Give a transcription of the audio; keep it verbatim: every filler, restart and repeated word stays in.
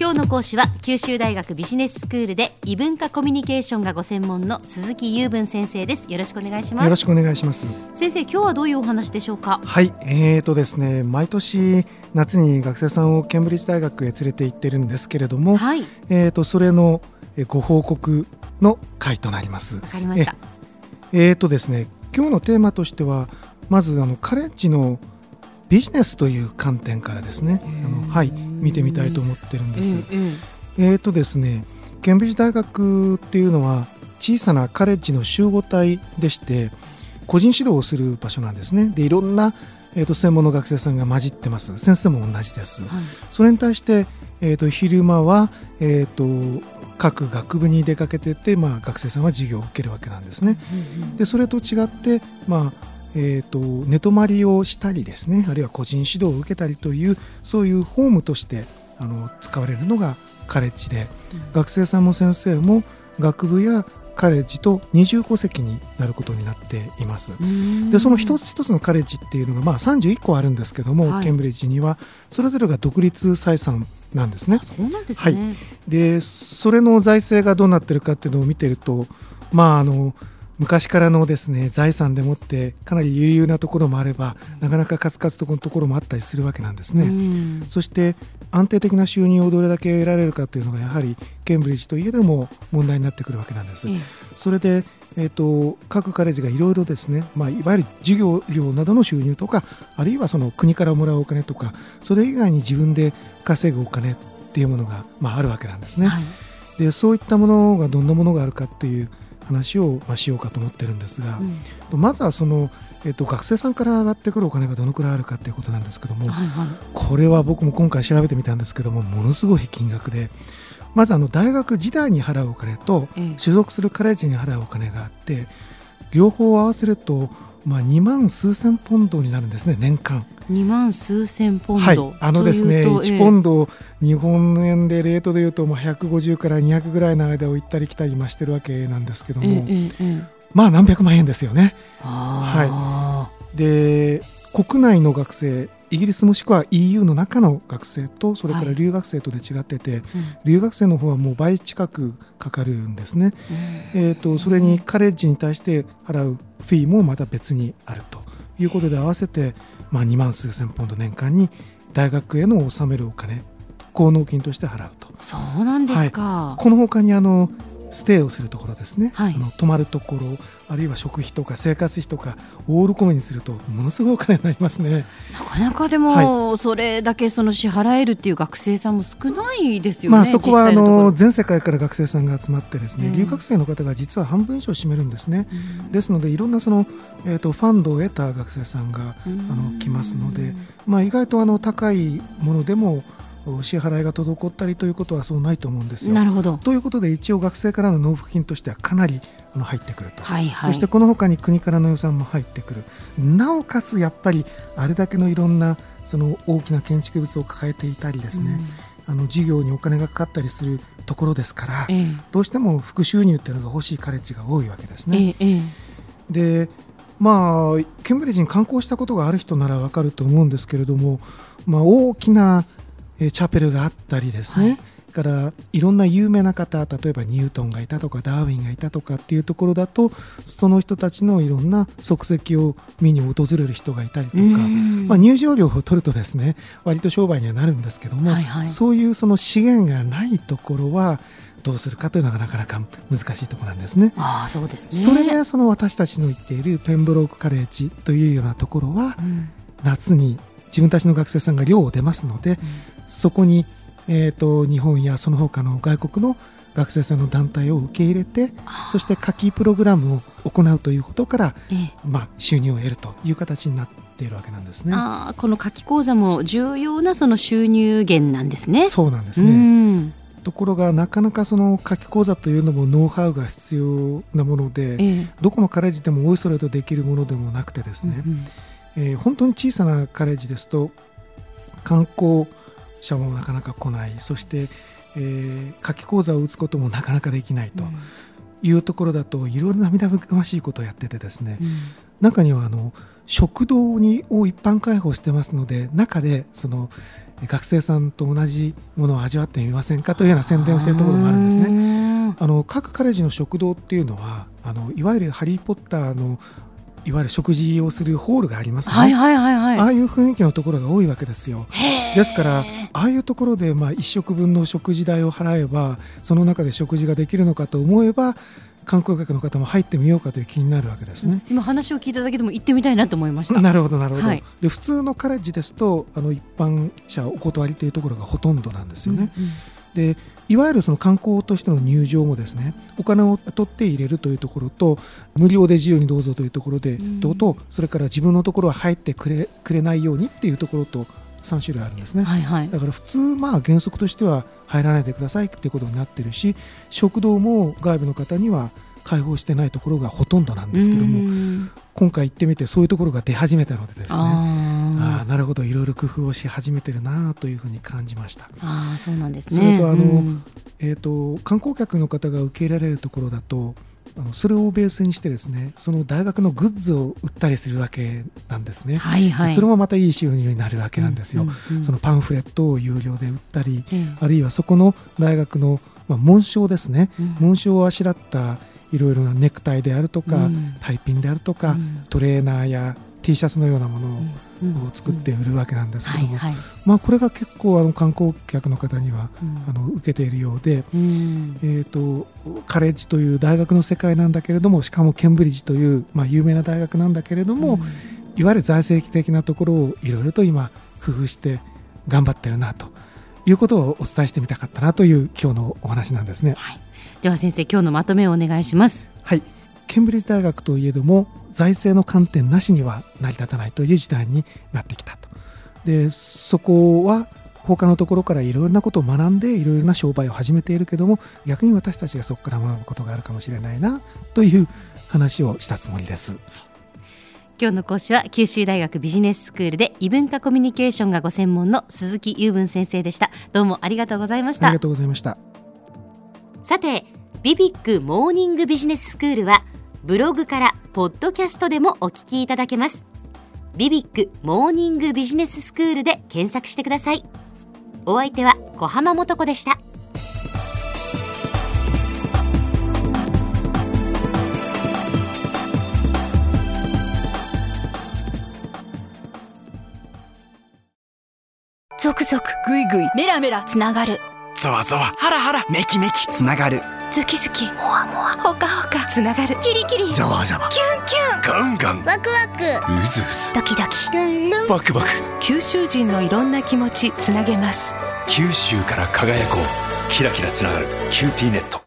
今日の講師は九州大学ビジネススクールで異文化コミュニケーションがご専門の鈴木雄文先生です。よろしくお願いします。 よろしくお願いします。 先生、今日はどういうお話でしょうか。 はい、えーとですね、毎年夏に学生さんをケンブリッジ大学へ連れて行ってるんですけれども、 はい、 えーとそれのご報告の回となります。 わかりました。 ええーとですね、今日のテーマとしてはまずあのカレッジのビジネスという観点からですね、あの、はい、見てみたいと思ってるんです。えーとですね、ケンブリッジ大学っていうのは小さなカレッジの集合体でして個人指導をする場所なんですね。でいろんな、えーと専門の学生さんが混じってます。先生も同じです。はい、それに対して、えーと昼間は、えーと各学部に出かけてて、まあ、学生さんは授業を受けるわけなんですね。うんうん、でそれと違って、まあえーと寝泊まりをしたりですね、あるいは個人指導を受けたりというそういうホームとしてあの使われるのがカレッジで、うん、学生さんも先生も学部やカレッジと二重戸籍になることになっています。でその一つ一つのカレッジっていうのが、まあ、さんじゅういっこあるんですけども、はい、ケンブリッジにはそれぞれが独立採算なんですね。 あ、そうなんですね。 はい、でそれの財政がどうなっているかっていうのを見ていると、まあ、あの昔からのですね財産でもってかなり優々なところもあれば、なかなかカツカツとこのところもあったりするわけなんですね。うん、そして安定的な収入をどれだけ得られるかというのがやはりケンブリッジといえども問題になってくるわけなんです。うん、それで、えーと、各カレッジがいろいろですね、まあ、いわゆる授業料などの収入とか、あるいはその国からもらうお金とか、それ以外に自分で稼ぐお金っていうものが、まあ、あるわけなんですね。はい、でそういったものがどんなものがあるかという話を、まあ、しようかと思ってるんですが、うん、まずはその、えーと、学生さんから上がってくるお金がどのくらいあるかということなんですけども、はいはい、これは僕も今回調べてみたんですけども、ものすごい金額で、まずあの大学時代に払うお金と所属するカレッジに払うお金があって、両方合わせると、まあ、にまん数千ポンドになるんですね、年間。 にまん数千ポンド、 はい、あのですね、いちポンド、えー、日本円でレートでいうとひゃくごじゅうからにひゃくぐらいの間を行ったり来たりしてるわけなんですけども、えーえー、まあ何百万円ですよね。はい、で国内の学生、イギリスもしくは イーユー の中の学生と、それから留学生とで違ってて、はい、うん、留学生の方はもう倍近くかかるんですね。うん、えーと、それにカレッジに対して払うフィーもまた別にあるということで、合わせてまあにまん数千ポンド年間に大学への納めるお金、効納金として払うと。 そうなんですか。 はい、この他にあのステイをするところですね、はい、あの泊まるところ、あるいは食費とか生活費とかオール込みにするとものすごいお金になりますね。 なかなかでも、はい、それだけその支払えるっていう学生さんも少ないですよね。 まあ、そこはあの全世界から学生さんが集まってですね、留学生の方が実は半分以上占めるんですね。ですのでいろんなその、えーと、ファンドを得た学生さんがあの来ますので、まあ、意外とあの高いものでも支払いが滞ったりということはそうないと思うんですよ。 なるほど。 ということで一応学生からの納付金としてはかなり入ってくると、 はいはい、 そしてこの他に国からの予算も入ってくる。なおかつやっぱりあれだけのいろんなその大きな建築物を抱えていたりですね、うん、あの事業にお金がかかったりするところですから、ええ、どうしても副収入っていうのが欲しいカレッジが多いわけですね。ええ、でまあケンブリッジに観光したことがある人ならわかると思うんですけれども、まあ、大きなチャペルがあったりですね、はい、からいろんな有名な方、例えばニュートンがいたとかダーウィンがいたとかっていうところだと、その人たちのいろんな足跡を見に訪れる人がいたりとか、まあ、入場料を取るとですね割と商売にはなるんですけども、はいはい、そういうその資源がないところはどうするかというのがなかなか難しいところなんですね。 ああ、そうですね。 それでその私たちの言っているペンブロークカレッジというようなところは、うん、夏に自分たちの学生さんが寮を出ますので、うん、そこに、えーと、日本やその他の外国の学生さんの団体を受け入れて、そして夏季プログラムを行うということから、ええ、まあ、収入を得るという形になっているわけなんですね。 あ、この夏季講座も重要なその収入源なんですね。 そうなんですね。うん、ところがなかなかその夏季講座というのもノウハウが必要なもので、ええ、どこのカレッジでもおいそれとできるものでもなくてですね、うんうん、えー、本当に小さなカレッジですと観光者もなかなか来ない、そして、えー、夏季講座を打つこともなかなかできないというところだと、いろいろ涙ぐましいことをやっててですね、うん、中にはあの食堂にを一般開放してますので、中でその学生さんと同じものを味わってみませんかというような宣伝をしているところもあるんですね。あの各カレッジの食堂っていうのはあのいわゆるハリーポッターのいわゆる食事をするホールがありますね、 はいはいはいはい、 ああいう雰囲気のところが多いわけですよ。ですからああいうところでまあいっ食分の食事代を払えばその中で食事ができるのかと思えば観光客の方も入ってみようかという気になるわけですね、 うん、今話を聞いただけでも行ってみたいなと思いました。 なるほどなるほど、 はい、 で普通のカレッジですとあの一般者お断りというところがほとんどなんですよね、うんうん、でいわゆるその観光としての入場もですねお金を取って入れるというところと無料で自由にどうぞというところで、うん、ととそれから自分のところは入ってくれ、くれないようにっていうところとさん種類あるんですね、はいはい、だから普通まあ原則としては入らないでくださいっていうことになってるし食堂も外部の方には開放してないところがほとんどなんですけども今回行ってみてそういうところが出始めたのでですねああなるほどいろいろ工夫をし始めてるなというふうに感じました。 あそうなんですね。 それとあの、えーと、観光客の方が受け入れられるところだとあのそれをベースにしてですねその大学のグッズを売ったりするわけなんですね、はいはい、それもまたいい収入になるわけなんですよ、うんうんうん、そのパンフレットを有料で売ったり、うん、あるいはそこの大学の、まあ、紋章ですね、うん、紋章をあしらったいろいろなネクタイであるとか、うん、タイピンであるとか、うん、トレーナーや T シャツのようなものを作って売るわけなんですけども、まあ、これが結構あの観光客の方には、うん、あの受けているようで、うん、えーと、カレッジという大学の世界なんだけれどもしかもケンブリッジという、まあ、有名な大学なんだけれども、うん、いわゆる財政的なところをいろいろと今工夫して頑張ってるなということをお伝えしてみたかったなという今日のお話なんですね、はい、 では先生今日のまとめをお願いします。 はい、ケンブリッジ大学といえども財政の観点なしには成り立たないという時代になってきたと。でそこは他のところからいろいろなことを学んでいろいろな商売を始めているけども逆に私たちがそこから学ぶことがあるかもしれないなという話をしたつもりです。 今日の講師は九州大学ビジネススクールで異文化コミュニケーションがご専門の鈴木雄文先生でした。どうもありがとうございました。 ありがとうございました。 さてビビックモーニングビジネススクールはブログからポッドキャストでもお聞きいただけます。ビビックモーニングビジネススクールで検索してください。お相手は小浜もとこでした。 ゾクゾクグイグイメラメラつながるゾワゾワハラハラメキメキつながるズキズキモワモワホカホカつながるキリキリザワザワキュンキュンガンガンワクワクウズウズドキドキルンルンバクバク九州人のいろんな気持ちつなげます。 九州から輝こうキラキラつながるキューティーネット。